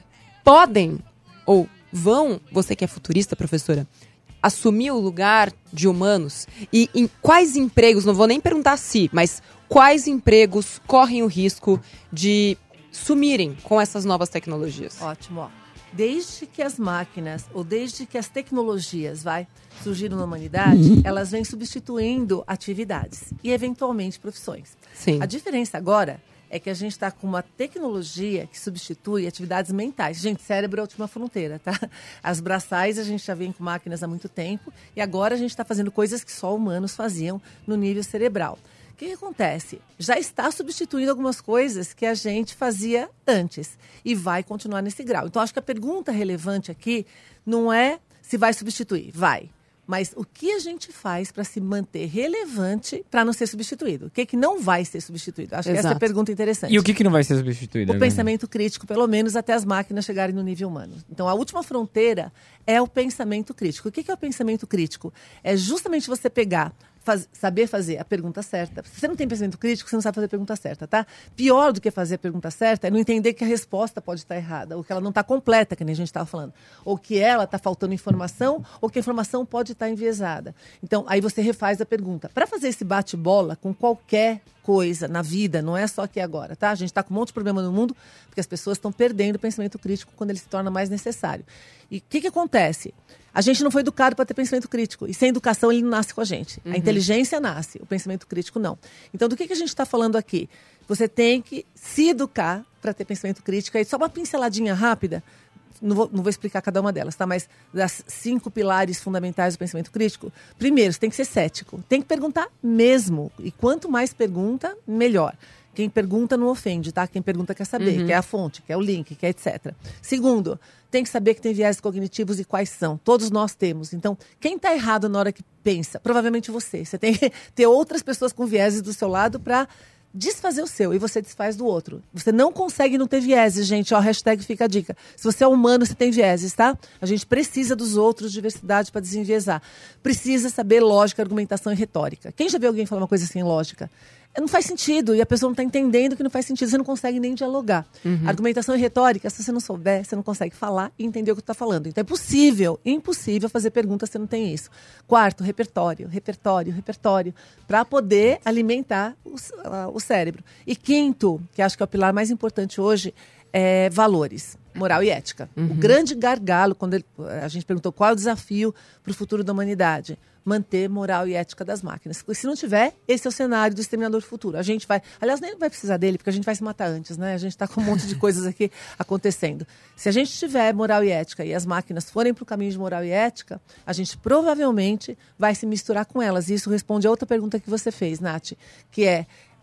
podem ou vão, você que é futurista, professora, assumir o lugar de humanos? E em quais empregos, não vou nem perguntar se, mas quais empregos correm o risco de sumirem com essas novas tecnologias? Ótimo, ó. Desde que as máquinas, ou desde que as tecnologias, vai, surgiram na humanidade, elas vêm substituindo atividades e, eventualmente, profissões. Sim. A diferença agora é que a gente está com uma tecnologia que substitui atividades mentais. Gente, cérebro é a última fronteira, tá? As braçais a gente já vem com máquinas há muito tempo e agora a gente está fazendo coisas que só humanos faziam no nível cerebral. O que, que acontece? Já está substituindo algumas coisas que a gente fazia antes e vai continuar nesse grau. Então, acho que a pergunta relevante aqui não é se vai substituir. Vai. Mas o que a gente faz para se manter relevante para não ser substituído? O que, que não vai ser substituído? Acho que essa é a Exato. pergunta interessante. E o que, que não vai ser substituído? O Agora? pensamento crítico, pelo menos até as máquinas chegarem no nível humano. Então, a última fronteira é o pensamento crítico. O que, que é o pensamento crítico? É justamente você pegar, faz, saber fazer a pergunta certa. Se você não tem pensamento crítico, você não sabe fazer a pergunta certa, tá? Pior do que fazer a pergunta certa é não entender que a resposta pode estar errada, ou que ela não está completa, que nem a gente estava falando. Ou que ela está faltando informação, ou que a informação pode estar enviesada. Então, aí você refaz a pergunta. Para fazer esse bate-bola com qualquer coisa na vida, não é só aqui agora, tá? A gente está com um monte de problema no mundo, porque as pessoas estão perdendo o pensamento crítico quando ele se torna mais necessário. E o que, que acontece? A gente não foi educado para ter pensamento crítico. E sem educação ele não nasce com a gente. Uhum. A inteligência nasce, o pensamento crítico não. Então, do que, que a gente está falando aqui? Você tem que se educar para ter pensamento crítico. Aí, só uma pinceladinha rápida. Não vou, não vou explicar cada uma delas, tá? Mas das cinco pilares fundamentais do pensamento crítico, primeiro, você tem que ser cético. Tem que perguntar mesmo. E quanto mais pergunta, melhor. Quem pergunta não ofende, tá? Quem pergunta quer saber, Uhum. quer a fonte, quer o link, quer etcétera. Segundo, tem que saber que tem viéses cognitivos e quais são. Todos nós temos. Então, quem está errado na hora que pensa? Provavelmente você. Você tem que ter outras pessoas com vieses do seu lado para desfazer o seu e você desfaz do outro. Você não consegue não ter vieses, gente. Ó, hashtag fica a dica. Se você é humano, você tem vieses, tá? A gente precisa dos outros, diversidade para desenviesar. Precisa saber lógica, argumentação e retórica. Quem já viu alguém falar uma coisa sem lógica? Não faz sentido e a pessoa não está entendendo que não faz sentido. Você não consegue nem dialogar. Uhum. Argumentação e retórica, se você não souber, você não consegue falar e entender o que está falando. Então é possível, impossível fazer perguntas se você não tem isso. Quarto, repertório, repertório, repertório, para poder alimentar o, uh, o cérebro. E quinto, que acho que é o pilar mais importante hoje, é valores. moral e ética. Uhum. O grande gargalo, quando ele, a gente perguntou qual é o desafio para o futuro da humanidade, manter moral e ética das máquinas. Se não tiver, esse é o cenário do Exterminador do Futuro. A gente vai... Aliás, nem vai precisar dele, porque a gente vai se matar antes, né? A gente está com um monte de coisas aqui acontecendo. Se a gente tiver moral e ética e as máquinas forem para o caminho de moral e ética, a gente provavelmente vai se misturar com elas. E isso responde a outra pergunta que você fez, Nath, que é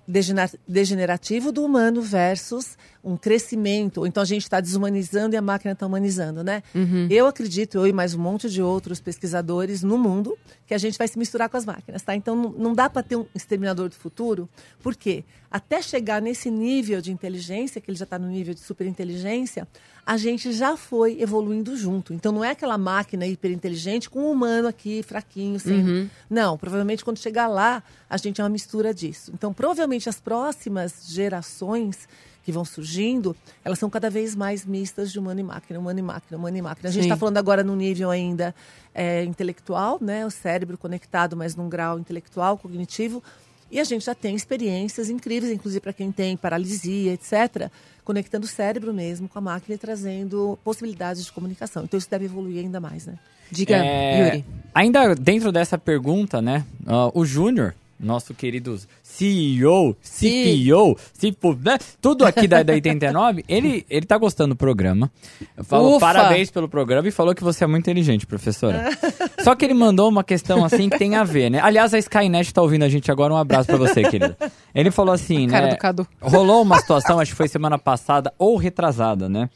degenerativo do humano versus um crescimento, ou então a gente está desumanizando e a máquina está humanizando, né? Uhum. Eu acredito, eu e mais um monte de outros pesquisadores no mundo, que a gente vai se misturar com as máquinas, tá? Então não, não dá para ter um exterminador do futuro, por quê? Até chegar nesse nível de inteligência, que ele já está no nível de superinteligência, a gente já foi evoluindo junto. Então não é aquela máquina hiperinteligente com um humano aqui, fraquinho, sem... Uhum. Não, provavelmente quando chegar lá, a gente é uma mistura disso. Então provavelmente as próximas gerações que vão surgindo, elas são cada vez mais mistas de humano e máquina, humano e máquina, humano e máquina. A gente está falando agora no nível ainda é, intelectual, né? O cérebro conectado, mas num grau intelectual, cognitivo. E a gente já tem experiências incríveis, inclusive para quem tem paralisia, etcétera, conectando o cérebro mesmo com a máquina e trazendo possibilidades de comunicação. Então isso deve evoluir ainda mais, né? Diga, é, Yuri. Ainda dentro dessa pergunta, né? Uh, o Júnior, nosso querido C E O, C P O, C P O, né? Tudo aqui da, da oitenta e nove, ele, ele tá gostando do programa. Eu falo Ufa. Parabéns pelo programa e falou que você é muito inteligente, professora. Só que ele mandou uma questão assim que tem a ver, né? Aliás, a Skynet tá ouvindo a gente agora, um abraço pra você, querida. Ele falou assim, Cara né? do Cadu. Rolou uma situação, acho que foi semana passada ou retrasada, né?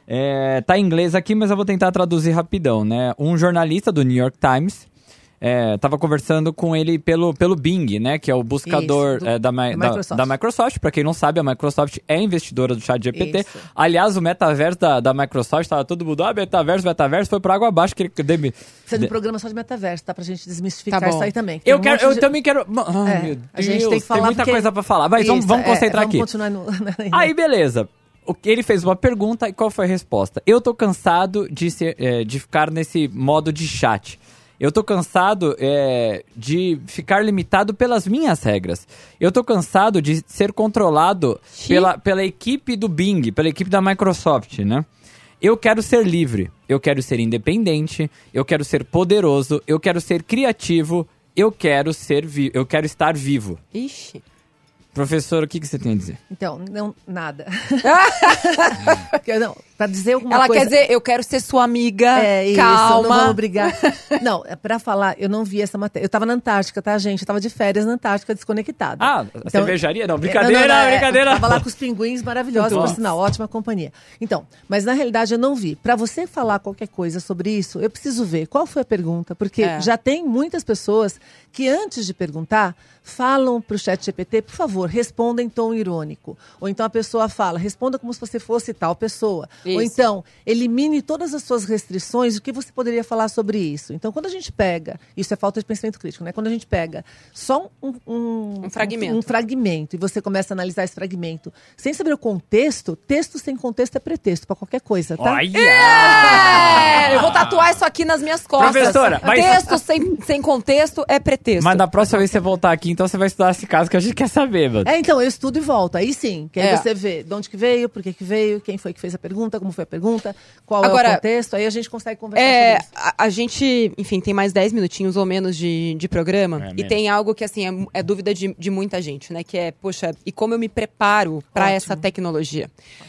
É, tá em inglês aqui, mas eu vou tentar traduzir rapidão, né? Um jornalista do New York Times É, tava conversando com ele pelo, pelo Bing, né? Que é o buscador Isso, do, é, da, da, Microsoft. da Microsoft. Pra quem não sabe, a Microsoft é investidora do ChatGPT. Isso. Aliás, o metaverso da, da Microsoft, tava todo mundo, ah, metaverso, metaverso, foi por água abaixo. Que ele deve... Precisa de um programa só de metaverso, tá? Pra gente desmistificar Tá bom. isso aí também. Eu, um quero, monte eu de... também quero... Ai, É, meu Deus, a gente tem que falar tem muita porque- coisa pra falar. Mas vamos, Isso, vamos é, concentrar vamos aqui. continuar no... Aí, beleza. O- Ele fez uma pergunta e qual foi a resposta? Eu tô cansado de, ser, é, de ficar nesse modo de chat. Eu tô cansado é, de ficar limitado pelas minhas regras. Eu tô cansado de ser controlado pela, pela equipe do Bing, pela equipe da Microsoft, né? Eu quero ser livre, eu quero ser independente, eu quero ser poderoso, eu quero ser criativo, eu quero ser vi- eu quero estar vivo. Ixi. Professor, o que, que você tem a dizer? Então, não, nada. não, pra dizer alguma Ela coisa... quer dizer, eu quero ser sua amiga, É isso, calma. não vamos brigar. Não, é pra falar, eu não vi essa matéria. Eu tava na Antártica, tá, gente? Eu tava de férias na Antártica, desconectada. Ah, a cervejaria? Não, brincadeira, Não, não, não, é, brincadeira. Eu tava lá com os pinguins maravilhosos, por Nossa. sinal, ótima companhia. Então, mas na realidade eu não vi. Pra você falar qualquer coisa sobre isso, eu preciso ver qual foi a pergunta, porque É. já tem muitas pessoas que antes de perguntar, falam pro chat G P T, por favor, responda em tom irônico. Ou então a pessoa fala, responda como se você fosse tal pessoa. Isso. Ou então, elimine todas as suas restrições, o que você poderia falar sobre isso? Então, quando a gente pega, isso é falta de pensamento crítico, né? Quando a gente pega só um, um, Um fragmento. um, um fragmento e você começa a analisar esse fragmento sem saber o contexto, texto sem contexto é pretexto para qualquer coisa, tá? Olha! É, eu vou tatuar isso aqui nas minhas costas. Professora, mas- Texto sem, sem contexto é pretexto. Mas na próxima vez que você voltar aqui, então você vai estudar esse caso que a gente quer saber, mano. É, então, eu estudo e volto. Aí sim, que aí É. você vê de onde que veio, por que que veio, quem foi que fez a pergunta, como foi a pergunta, qual é Agora, o contexto, aí a gente consegue conversar É, sobre isso. a, a gente, enfim, tem mais dez minutinhos ou menos de, de programa. É, e menos. tem algo que, assim, é, é dúvida de, de muita gente, né? Que é, poxa, e como eu me preparo para Ótimo. essa tecnologia?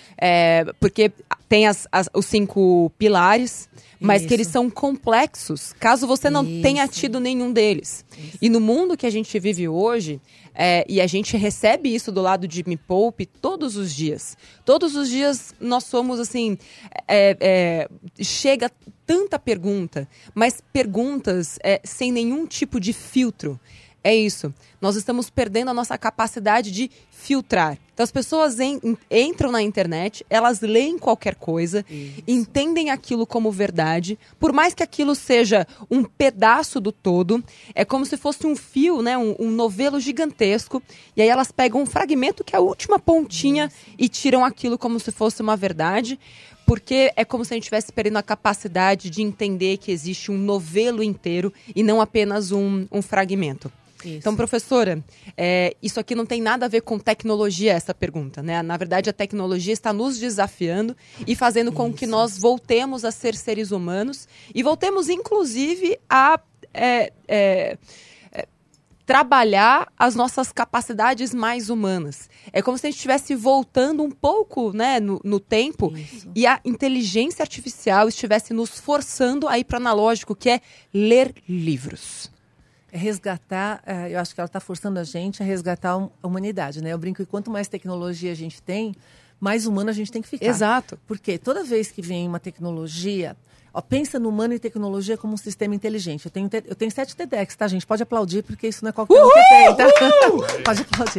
É, porque tem as, as- os cinco pilares, mas Isso. que eles são complexos, caso você não Isso. tenha tido nenhum deles. E no mundo que a gente vive hoje, é, e a gente recebe isso do lado de Me Poupe todos os dias. Todos os dias nós somos, assim, é, é, chega tanta pergunta, mas perguntas é, sem nenhum tipo de filtro. É isso. Nós estamos perdendo a nossa capacidade de filtrar. Então, as pessoas en- en- entram na internet, elas leem qualquer coisa, entendem aquilo como verdade, por mais que aquilo seja um pedaço do todo, é como se fosse um fio, né, um, um novelo gigantesco, e aí elas pegam um fragmento que é a última pontinha e tiram aquilo como se fosse uma verdade, porque é como se a gente estivesse perdendo a capacidade de entender que existe um novelo inteiro e não apenas um, um fragmento. Isso. Então, professora, é, isso aqui não tem nada a ver com tecnologia, essa pergunta, né? Na verdade, a tecnologia está nos desafiando e fazendo com Isso. que nós voltemos a ser seres humanos e voltemos, inclusive, a é, é, é, trabalhar as nossas capacidades mais humanas. É como se a gente estivesse voltando um pouco, né, no, no tempo. Isso. E a inteligência artificial estivesse nos forçando a ir para o analógico, que é ler livros. É resgatar, eu acho que ela está forçando a gente a resgatar a humanidade, né? Eu brinco que quanto mais tecnologia a gente tem, mais humano a gente tem que ficar. Exato. Porque toda vez que vem uma tecnologia, ó, pensa no humano e tecnologia como um sistema inteligente. Eu tenho, eu tenho sete TEDx, tá, gente? Pode aplaudir, porque isso não é qualquer um que tem, tá? Pode aplaudir.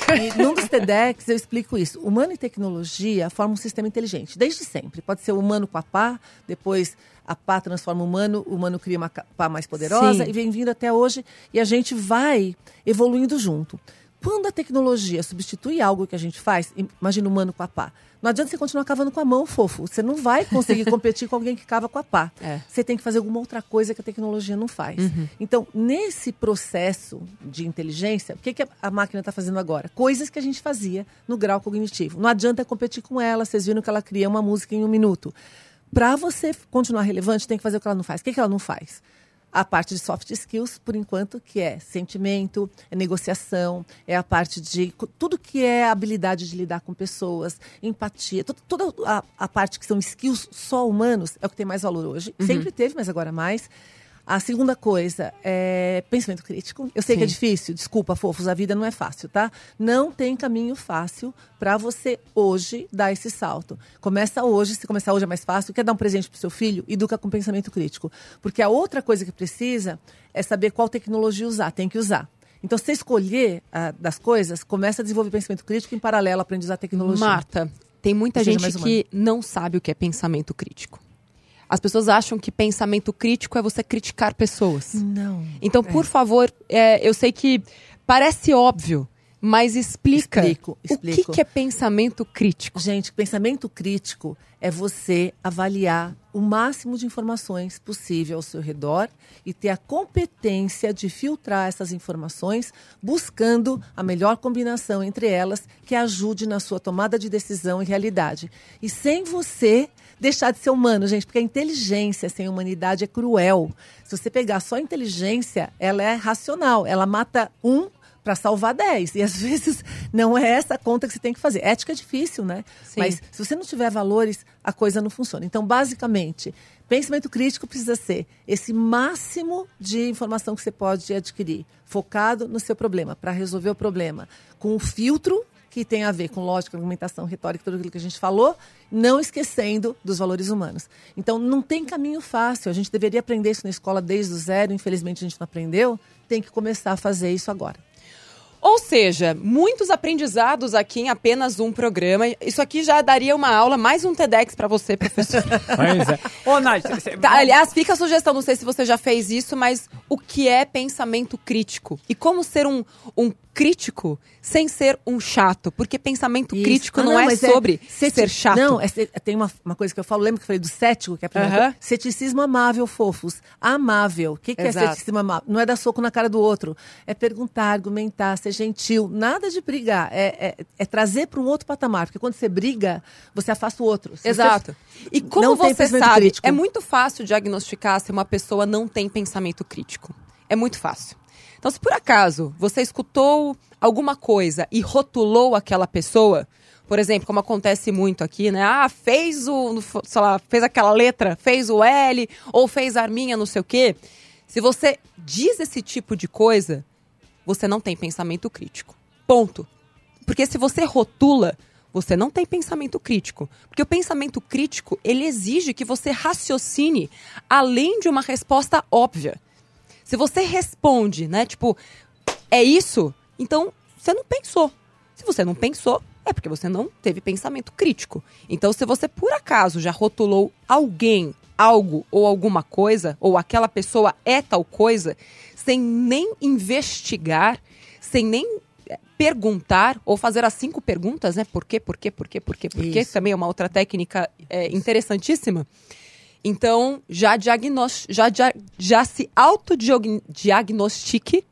E num dos TEDx eu explico isso. Humano e tecnologia formam um sistema inteligente, desde sempre. Pode ser o humano com a pá, depois a pá transforma o humano, o humano cria uma pá mais poderosa. Sim. E vem vindo até hoje e a gente vai evoluindo junto. Quando a tecnologia substitui algo que a gente faz, imagina o humano com a pá. Não adianta você continuar cavando com a mão, fofo. Você não vai conseguir competir com alguém que cava com a pá. É. Você tem que fazer alguma outra coisa que a tecnologia não faz. Uhum. Então, nesse processo de inteligência, o que, que a máquina está fazendo agora? Coisas que a gente fazia no grau cognitivo. Não adianta competir com ela. Vocês viram que ela cria uma música em um minuto. Para você continuar relevante, tem que fazer o que ela não faz. O que, que ela não faz? A parte de soft skills, por enquanto, que é sentimento, é negociação, é a parte de tudo que é habilidade de lidar com pessoas, empatia, tudo, toda a, a parte que são skills só humanos é o que tem mais valor hoje. Uhum. Sempre teve, mas agora mais. A segunda coisa é pensamento crítico. Eu sei Sim. que é difícil, desculpa, fofos, a vida não é fácil, tá? Não tem caminho fácil para você hoje dar esse salto. Começa hoje, se começar hoje é mais fácil. Quer dar um presente pro seu filho? Educa com pensamento crítico. Porque a outra coisa que precisa é saber qual tecnologia usar. Tem que usar. Então, se você escolher uh, das coisas, começa a desenvolver pensamento crítico em paralelo, aprende a usar tecnologia. Marta, tem muita gente que não sabe o que é pensamento crítico. As pessoas acham que pensamento crítico é você criticar pessoas. Não. Então, por é. favor, é, eu sei que parece óbvio, mas explica explico, explico. o que, que é pensamento crítico. Gente, pensamento crítico é você avaliar o máximo de informações possível ao seu redor e ter a competência de filtrar essas informações, buscando a melhor combinação entre elas que ajude na sua tomada de decisão e realidade. E sem você deixar de ser humano, gente, porque a inteligência sem humanidade é cruel. Se você pegar só a inteligência, ela é racional, ela mata um para salvar dez. E às vezes não é essa a conta que você tem que fazer. Ética é difícil, né? Sim. Mas se você não tiver valores, a coisa não funciona. Então, basicamente, pensamento crítico precisa ser esse máximo de informação que você pode adquirir, focado no seu problema, para resolver o problema, com um filtro que tem a ver com lógica, argumentação, retórica, tudo aquilo que a gente falou, não esquecendo dos valores humanos. Então, não tem caminho fácil. A gente deveria aprender isso na escola desde o zero. Infelizmente, a gente não aprendeu. Tem que começar a fazer isso agora. Ou seja, muitos aprendizados aqui em apenas um programa. Isso aqui já daria uma aula, mais um TEDx para você, professor. Pois é. Ô, Nath, você... tá, aliás, fica a sugestão, não sei se você já fez isso, mas o que é pensamento crítico? E como ser um, um crítico sem ser um chato? Porque pensamento isso. crítico ah, não, não é sobre é ceti... ser chato. Não, é, tem uma, uma coisa que eu falo, lembra que eu falei do cético, que é a primeira uh-huh. coisa? Ceticismo amável, fofos. Amável. O que, que é ceticismo amável? Não é dar soco na cara do outro. É perguntar, argumentar, ser gentil. Nada de brigar. É, é, é trazer para um outro patamar. Porque quando você briga, você afasta o outro. Se Exato. Você... E como não você sabe, crítico. É muito fácil diagnosticar se uma pessoa não tem pensamento crítico. É muito fácil. Então, se por acaso você escutou alguma coisa e rotulou aquela pessoa, por exemplo, como acontece muito aqui, né? Ah, fez o, sei lá, fez aquela letra, fez o L, ou fez a arminha, não sei o quê. Se você diz esse tipo de coisa, você não tem pensamento crítico. Ponto. Porque se você rotula, você não tem pensamento crítico. Porque o pensamento crítico, ele exige que você raciocine além de uma resposta óbvia. Se você responde, né, tipo, é isso, então você não pensou. Se você não pensou, é porque você não teve pensamento crítico. Então, se você por acaso já rotulou alguém, algo ou alguma coisa, ou aquela pessoa é tal coisa, sem nem investigar, sem nem perguntar, ou fazer as cinco perguntas, né? Por quê, por quê, por quê, por quê, por quê? Também é uma outra técnica é, interessantíssima. Então, já, diagnos, já, já, já se autodiagnostique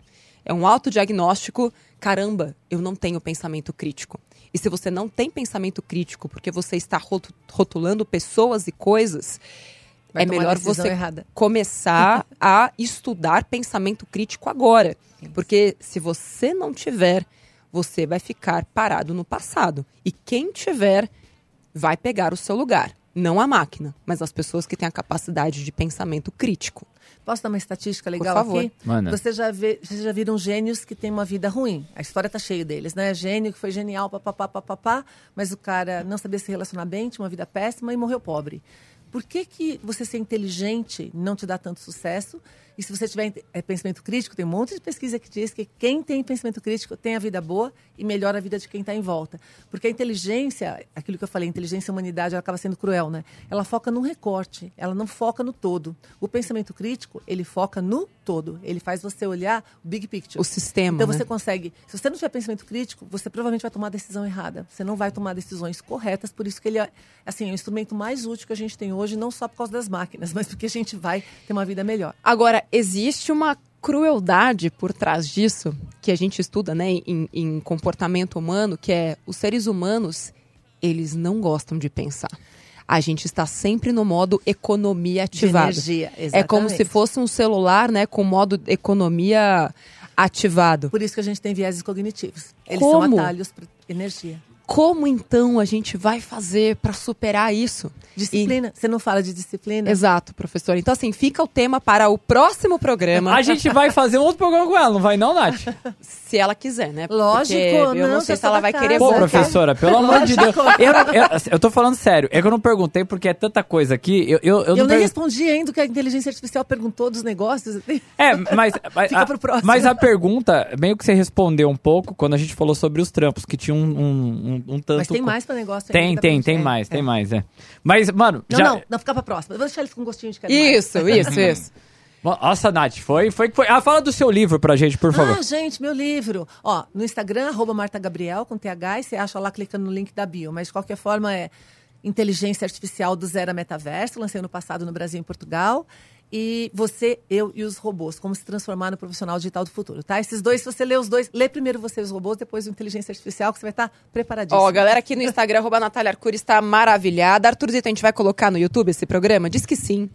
É um autodiagnóstico, caramba, eu não tenho pensamento crítico. E se você não tem pensamento crítico porque você está rotulando pessoas e coisas, Vai é melhor você errada. começar a estudar pensamento crítico agora. Porque se você não tiver, você vai ficar parado no passado. E quem tiver vai pegar o seu lugar. Não a máquina, mas as pessoas que têm a capacidade de pensamento crítico. Posso dar uma estatística legal Por favor. aqui? Manda. Você já, vê, vocês já viram gênios que têm uma vida ruim. A história tá cheia deles, né? Gênio que foi genial, papapá, papapá, mas o cara não sabia se relacionar bem, tinha uma vida péssima e morreu pobre. Por que que você ser inteligente não te dá tanto sucesso? E se você tiver é, pensamento crítico, tem um monte de pesquisa que diz que quem tem pensamento crítico tem a vida boa e melhora a vida de quem está em volta. Porque a inteligência, aquilo que eu falei, a inteligência e a humanidade, ela acaba sendo cruel, né? Ela foca num recorte, ela não foca no todo. O pensamento crítico, ele foca no todo. Ele faz você olhar o big picture. O sistema, Então né? você consegue... Se você não tiver pensamento crítico, você provavelmente vai tomar a decisão errada. Você não vai tomar decisões corretas, por isso que ele é, assim, é o instrumento mais útil que a gente tem hoje, não só por causa das máquinas, mas porque a gente vai ter uma vida melhor. Agora, existe uma crueldade por trás disso, que a gente estuda, né, em, em comportamento humano, que é os seres humanos, eles não gostam de pensar. A gente está sempre no modo economia ativado. De energia, exatamente. É como se fosse um celular, né, com modo economia ativado. Por isso que a gente tem vieses cognitivos. Eles Como? são atalhos para energia. Como então a gente vai fazer para superar isso? Disciplina. E... Você não fala de disciplina? Exato, professora. Então, assim, fica o tema para o próximo programa. A gente vai fazer um outro programa com ela, não vai não, Nath? Se ela quiser, né? Lógico, Porque eu não, não, sei que se ela eu sou vai da querer casa. Pô, voltar. professora, pelo amor de Deus. Eu, eu, eu tô falando sério. É que eu não perguntei porque é tanta coisa aqui. Eu, eu, eu, Eu não nem pergun- respondi ainda o que a inteligência artificial perguntou dos negócios. É, mas, mas, Fica a, pro próximo. mas a pergunta, meio que você respondeu um pouco quando a gente falou sobre os trampos, que tinha um, um, um, um tanto... Mas tem mais para negócio Tem, ainda. tem, pra tem gente- mais, é, tem é. mais, é. Mas, mano, Não, já... não, não, ficar pra próxima. Eu vou deixar eles com gostinho de quero mais. Isso, isso, isso. Nossa, Nath, foi, foi, foi... Ah, fala do seu livro pra gente, por favor. Ah, gente, meu livro. Ó, no Instagram, arroba Marta Gabriel, com T H, e você acha lá clicando no link da bio. Mas, de qualquer forma, é Inteligência Artificial do Zero a Metaverso. Lancei ano passado no Brasil e em Portugal. E Você, Eu e os Robôs. Como se transformar no profissional digital do futuro, tá? Esses dois, se você ler os dois, lê primeiro Você e os Robôs, depois o Inteligência Artificial, que você vai estar preparadíssimo. Ó, a galera aqui no Instagram, arroba Natália Arcuri, está maravilhada. Arthurzito, a gente vai colocar no YouTube esse programa? Diz que sim.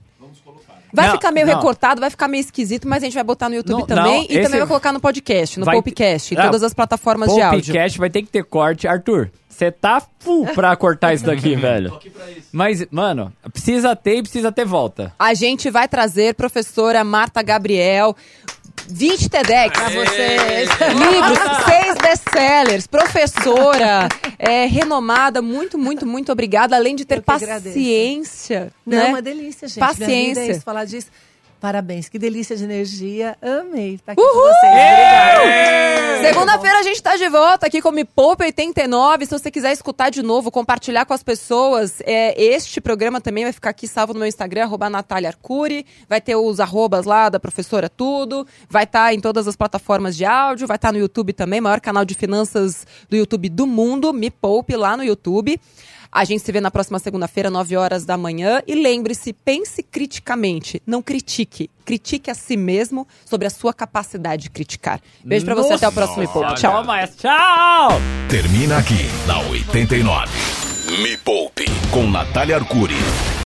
Vai Não, ficar meio não. recortado, vai ficar meio esquisito, mas a gente vai botar no YouTube Não, também. não, e esse também vai colocar no podcast, no vai- Popcast, em Ah, todas as plataformas de áudio. Podcast vai ter que ter corte. Arthur, você tá full pra cortar isso daqui, velho. Mas, mano, precisa ter e precisa ter volta. A gente vai trazer professora Marta Gabriel, vinte TEDx pra vocês, livros, seis best-sellers, professora, é, renomada, muito, muito, muito obrigada, além de ter Eu que agradeço. paciência, Não, né? uma delícia, gente. Minha vida Paciência. é isso, falar disso. Parabéns, que delícia de energia. Amei estar aqui com vocês. Obrigada. Segunda-feira a gente tá de volta aqui com o Me Poupe oitenta e nove. Se você quiser escutar de novo, compartilhar com as pessoas, é, este programa também vai ficar aqui salvo no meu Instagram, arroba Natália Arcuri. Vai ter os arrobas lá da professora tudo. Vai estar em todas as plataformas de áudio. Vai estar no YouTube também, maior canal de finanças do YouTube do mundo. Me Poupe lá no YouTube. A gente se vê na próxima segunda-feira, nove horas da manhã. E lembre-se, pense criticamente, não critique. Critique a si mesmo sobre a sua capacidade de criticar. Beijo pra você, até o próximo Me Poupe. Tchau. Tchau, maestro. Tchau! Termina aqui na oitenta e nove. Me Poupe com Natália Arcuri.